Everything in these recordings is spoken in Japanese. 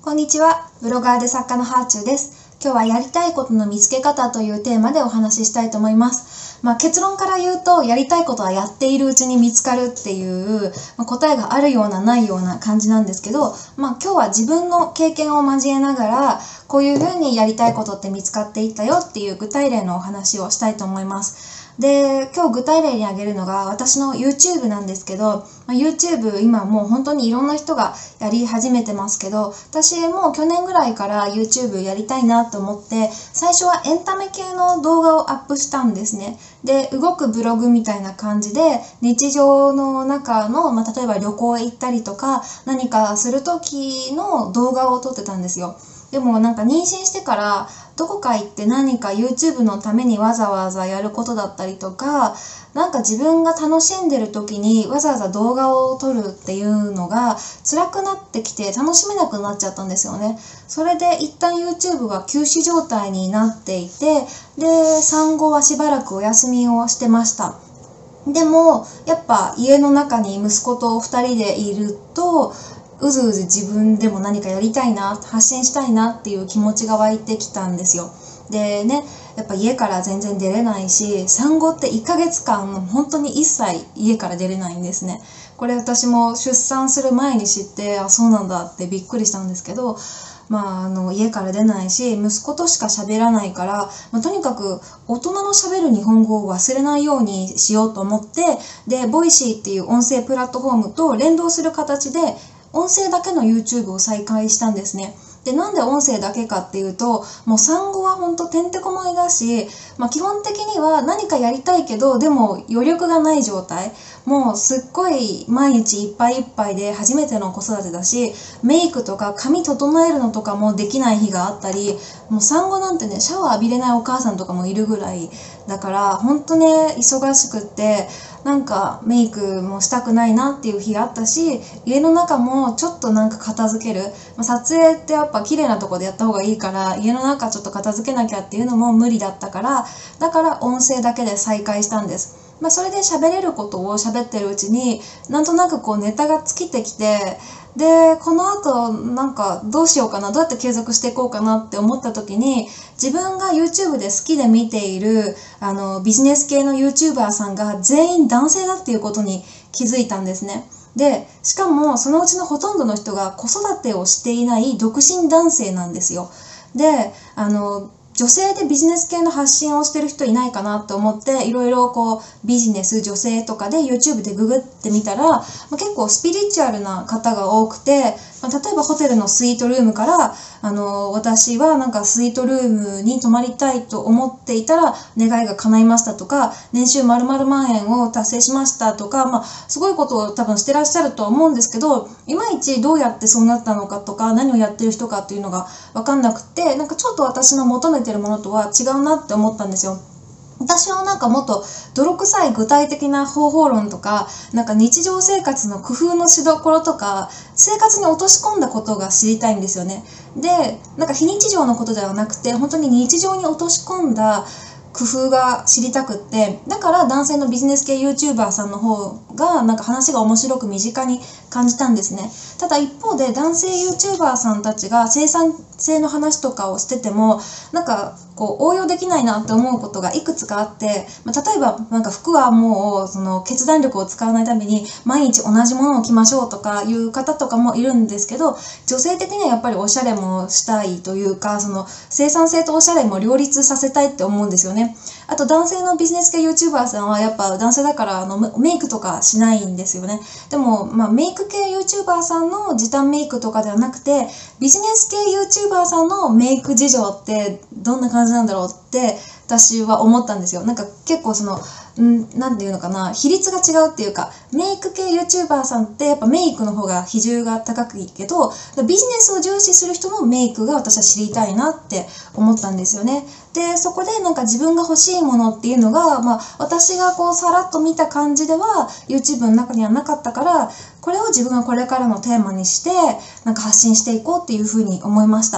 こんにちは。ブロガーで作家のはーちゅうです。今日はやりたいことの見つけ方というテーマでお話ししたいと思います。結論から言うと、やりたいことはやっているうちに見つかるっていう、答えがあるようなないような感じなんですけど、今日は自分の経験を交えながら、こういうふうにやりたいことって見つかっていったよっていう具体例のお話をしたいと思います。で、今日具体例に挙げるのが私の YouTube なんですけど、YouTube 今もう本当にいろんな人がやり始めてますけど、私も去年ぐらいから YouTube やりたいなと思って、最初はエンタメ系の動画をアップしたんですね。で、動くブログみたいな感じで、日常の中の、例えば旅行へ行ったりとか、何かする時の動画を撮ってたんですよ。でも妊娠してからどこか行って何か YouTube のためにわざわざやることだったりとか、自分が楽しんでる時にわざわざ動画を撮るっていうのが辛くなってきて楽しめなくなっちゃったんですよね。それで一旦 YouTube が休止状態になっていて、で、産後はしばらくお休みをしてました。でもやっぱ家の中に息子と2人でいると、うずうず自分でも何かやりたいな、発信したいなっていう気持ちが湧いてきたんですよ。でね、やっぱ家から全然出れないし、産後って1ヶ月間本当に一切家から出れないんですね。これ私も出産する前に知って、そうなんだってびっくりしたんですけど、家から出ないし、息子としか喋らないから、とにかく大人の喋る日本語を忘れないようにしようと思って、で、ボイシーっていう音声プラットフォームと連動する形で、音声だけの YouTube を再開したんですね。で、なんで音声だけかっていうと、もう産後はほんとてんてこまいだし、基本的には何かやりたいけど、でも余力がない状態。もうすっごい毎日いっぱいいっぱいで初めての子育てだし、メイクとか髪整えるのとかもできない日があったり、もう産後なんてね、シャワー浴びれないお母さんとかもいるぐらいだから、ほんとね、忙しくって、メイクもしたくないなっていう日があったし、家の中もちょっと片付ける。撮影ってやっぱ綺麗なとこでやった方がいいから、家の中ちょっと片付けなきゃっていうのも無理だったから、だから音声だけで再開したんです。それで喋れることを喋ってるうちに、なんとなくネタが尽きてきて、で、この後どうしようかな、どうやって継続していこうかなって思った時に、自分が YouTube で好きで見ているビジネス系の YouTuber さんが全員男性だっていうことに気づいたんですね。で、しかもそのうちのほとんどの人が子育てをしていない独身男性なんですよ。で、女性でビジネス系の発信をしてる人いないかなと思って、いろいろビジネス女性とかで YouTube でググってみたら、結構スピリチュアルな方が多くて、例えばホテルのスイートルームから、私はスイートルームに泊まりたいと思っていたら願いが叶いましたとか、年収〇〇万円を達成しましたとか、すごいことを多分してらっしゃるとは思うんですけど、いまいちどうやってそうなったのかとか、何をやってる人かっていうのが分かんなくて、ちょっと私の求めてるものとは違うなって思ったんですよ。私はもっと泥臭い具体的な方法論とか、日常生活の工夫のしどころとか、生活に落とし込んだことが知りたいんですよね。で、非日常のことではなくて、本当に日常に落とし込んだ工夫が知りたくって、だから男性のビジネス系 YouTuber さんの方が話が面白く身近に感じたんですね。ただ一方で男性 YouTuber さんたちが生産性の話とかをしてても応用できないなって思うことがいくつかあって、例えば服はもうその決断力を使わないために毎日同じものを着ましょうとかいう方とかもいるんですけど、女性的にはやっぱりおしゃれもしたいというか、その生産性とおしゃれも両立させたいって思うんですよね。あと男性のビジネス系 YouTuber さんはやっぱ男性だからメイクとかしないんですよね。でもメイク系 YouTuber さんの時短メイクとかではなくて、ビジネス系 YouTuber さんのメイク事情ってどんな感じなんだろうって私は思ったんですよ。結構なんていうのかな、比率が違うっていうか、メイク系 YouTuber さんってやっぱメイクの方が比重が高くいいけど、ビジネスを重視する人のメイクが私は知りたいなって思ったんですよね。で、そこで自分が欲しいものっていうのが、私がさらっと見た感じでは YouTube の中にはなかったから、これを自分がこれからのテーマにして発信していこうっていうふうに思いました。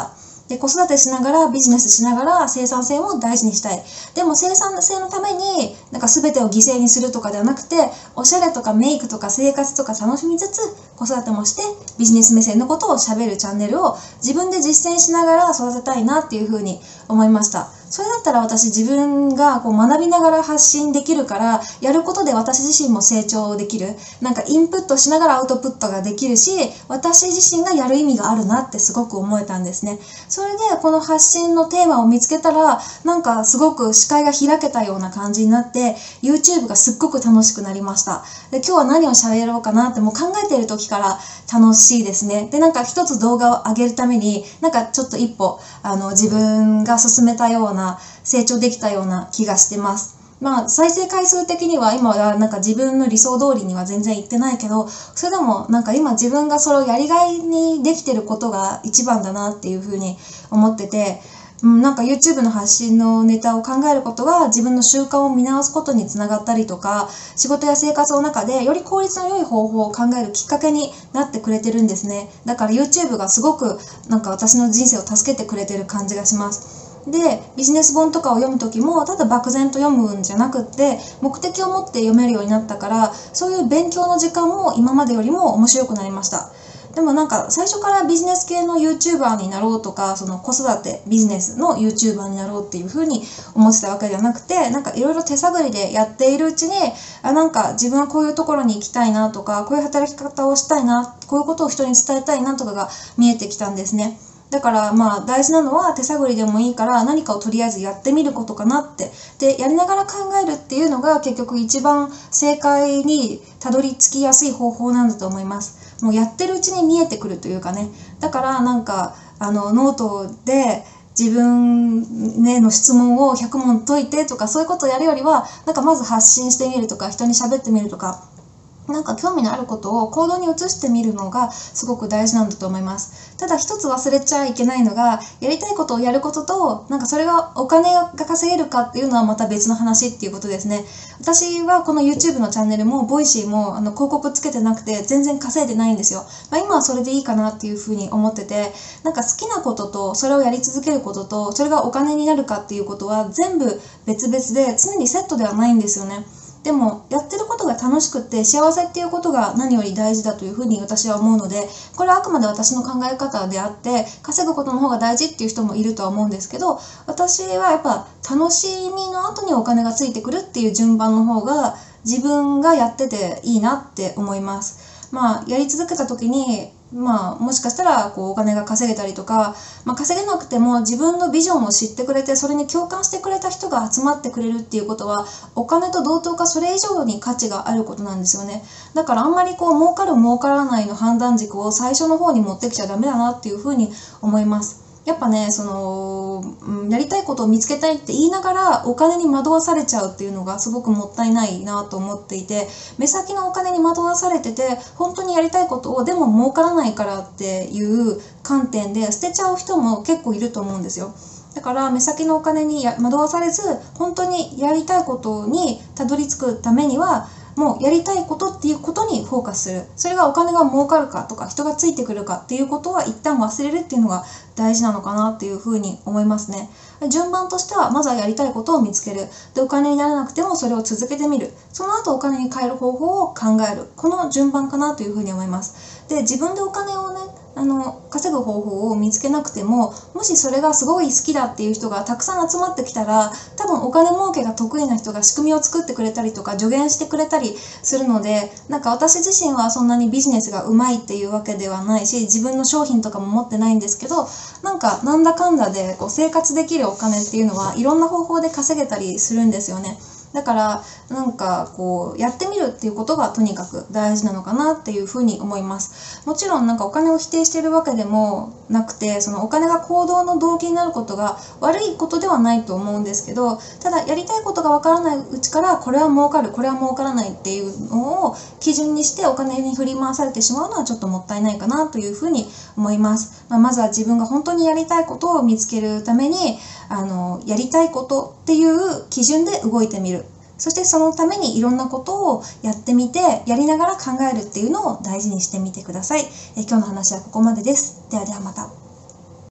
で、子育てしながらビジネスしながら生産性も大事にしたい。でも生産性のためになんか全てを犠牲にするとかではなくて、おしゃれとかメイクとか生活とか楽しみつつ子育てもしてビジネス目線のことを喋るチャンネルを自分で実践しながら育てたいなっていうふうに思いました。それだったら私自分がこう学びながら発信できるから、やることで私自身も成長できる。なんかインプットしながらアウトプットができるし、私自身がやる意味があるなってすごく思えたんですね。それでこの発信のテーマを見つけたら、なんかすごく視界が開けたような感じになって、YouTube がすっごく楽しくなりました。で、今日は何を喋ろうかなってもう考えている時から楽しいですね。で、なんか一つ動画を上げるために、なんかちょっと一歩、自分が進めたような成長できたような気がしてます。まあ再生回数的には今はなんか自分の理想通りには全然いってないけど、それでもなんか今自分がそれをやりがいにできてることが一番だなっていうふうに思ってて、なんか YouTube の発信のネタを考えることが自分の習慣を見直すことにつながったりとか、仕事や生活の中でより効率の良い方法を考えるきっかけになってくれてるんですね。だから YouTube がすごくなんか私の人生を助けてくれてる感じがします。で、ビジネス本とかを読むときもただ漠然と読むんじゃなくって目的を持って読めるようになったから、そういう勉強の時間も今までよりも面白くなりました。でもなんか最初からビジネス系の YouTuber になろうとか、その子育てビジネスの YouTuber になろうっていう風に思ってたわけではなくて、なんかいろいろ手探りでやっているうちに、なんか自分はこういうところに行きたいなとか、こういう働き方をしたいな、こういうことを人に伝えたいなとかが見えてきたんですね。だからまあ大事なのは手探りでもいいから何かをとりあえずやってみることかなって。で、やりながら考えるっていうのが結局一番正解にたどり着きやすい方法なんだと思います。もうやってるうちに見えてくるというかね。だからなんかノートで自分への質問を100問解いてとかそういうことをやるよりは、なんかまず発信してみるとか人に喋ってみるとか、なんか興味のあることを行動に移してみるのがすごく大事なんだと思います。ただ一つ忘れちゃいけないのが、やりたいことをやることと、なんかそれがお金が稼げるかっていうのはまた別の話っていうことですね。私はこの YouTube のチャンネルもボイシーも広告つけてなくて全然稼いでないんですよ。今はそれでいいかなっていうふうに思ってて、なんか好きなこととそれをやり続けることと、それがお金になるかっていうことは全部別々で常にセットではないんですよね。でもやってることが楽しくって幸せっていうことが何より大事だというふうに私は思うので、これはあくまで私の考え方であって、稼ぐことの方が大事っていう人もいるとは思うんですけど、私はやっぱ楽しみの後にお金がついてくるっていう順番の方が自分がやってていいなって思います。まあやり続けた時にもしかしたらお金が稼げたりとか、稼げなくても自分のビジョンを知ってくれてそれに共感してくれた人が集まってくれるっていうことは、お金と同等かそれ以上に価値があることなんですよね。だからあんまり儲かる儲からないの判断軸を最初の方に持ってきちゃダメだなっていうふうに思います。やっぱね、やりたいことを見つけたいって言いながらお金に惑わされちゃうっていうのがすごくもったいないなと思っていて、目先のお金に惑わされてて本当にやりたいことをでも儲からないからっていう観点で捨てちゃう人も結構いると思うんですよ。だから目先のお金に惑わされず、本当にやりたいことにたどり着くためにはもうやりたいことっていうことにフォーカスする。それがお金が儲かるかとか人がついてくるかっていうことは一旦忘れるっていうのが大事なのかなっていうふうに思いますね。順番としてはまずはやりたいことを見つける。で、お金にならなくてもそれを続けてみる。その後お金に変える方法を考える。この順番かなというふうに思います。で、自分でお金をね稼ぐ方法を見つけなくても、もしそれがすごい好きだっていう人がたくさん集まってきたら、多分お金儲けが得意な人が仕組みを作ってくれたりとか助言してくれたりするので、なんか私自身はそんなにビジネスがうまいっていうわけではないし、自分の商品とかも持ってないんですけど、なんだかんだで生活できるお金っていうのはいろんな方法で稼げたりするんですよね。だからやってみるっていうことがとにかく大事なのかなっていうふうに思います。もちろんお金を否定しているわけでもなくて、そのお金が行動の動機になることが悪いことではないと思うんですけど、ただやりたいことがわからないうちからこれは儲かるこれは儲からないっていうのを基準にしてお金に振り回されてしまうのはちょっともったいないかなというふうに思います。まずは自分が本当にやりたいことを見つけるためにやりたいことっていう基準で動いてみる。そしてそのためにいろんなことをやってみて、やりながら考えるっていうのを大事にしてみてください。今日の話はここまでです。ではではまた。